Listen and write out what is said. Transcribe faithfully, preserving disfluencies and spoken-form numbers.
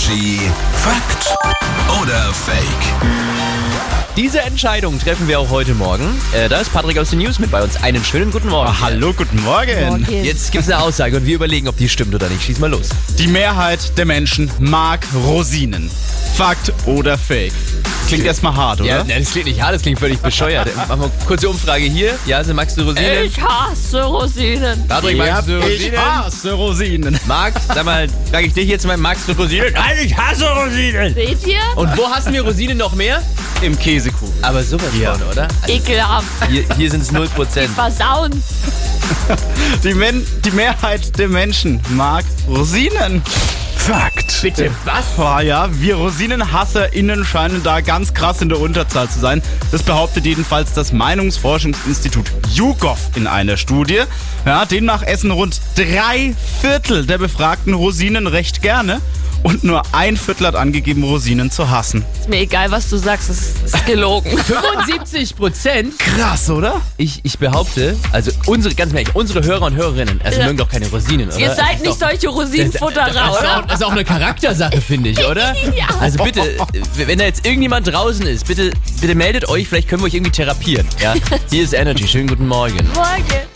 Energy Fakt oder Fake? Diese Entscheidung treffen wir auch heute Morgen. Äh, da ist Patrick aus den News mit bei uns. Einen schönen guten Morgen. Oh, hallo, guten Morgen. Morgen. Jetzt gibt es eine Aussage und wir überlegen, ob die stimmt oder nicht. Schieß mal los. Die Mehrheit der Menschen mag Rosinen. Fakt oder Fake? Klingt erstmal hart, oder? Ja, ne, das klingt nicht hart, das klingt völlig bescheuert. Machen wir eine kurze Umfrage hier. Ja, also magst du Rosinen? Ich hasse Rosinen. Patrick, magst du ich Rosinen? hasse Rosinen. Marc, sag mal, frage ich dich jetzt mal, magst du Rosinen? Nein, ich hasse Rosinen. Seht ihr? Und wo hassen wir Rosinen noch mehr? Im Käsekuchen. Aber sowas Ja. von, oder? Ekelhaft. Hier, hier sind es null Prozent. Versauen. Die, Men die Mehrheit der Menschen mag Rosinen. Fakt. Bitte, was? Ah ja, wir RosinenhasserInnen scheinen da ganz krass in der Unterzahl zu sein. Das behauptet jedenfalls das Meinungsforschungsinstitut YouGov in einer Studie. Ja, demnach essen rund drei Viertel der Befragten Rosinen recht gerne. Und nur ein Viertel hat angegeben, Rosinen zu hassen. Ist mir egal, was du sagst, es ist gelogen. fünfundsiebzig Prozent? Krass, oder? Ich, ich behaupte, also unsere, ganz ehrlich, unsere Hörer und Hörerinnen, also Ja. mögen doch keine Rosinen, oder? Ihr Das seid ist nicht doch- solche Rosinenfutterer, Das ist, auch, oder? das ist auch eine Charaktersache, finde ich, oder? Ja. Also bitte, wenn da jetzt irgendjemand draußen ist, bitte, bitte meldet euch, vielleicht können wir euch irgendwie therapieren. Ja? Hier ist Energy, schönen guten Morgen. Morgen.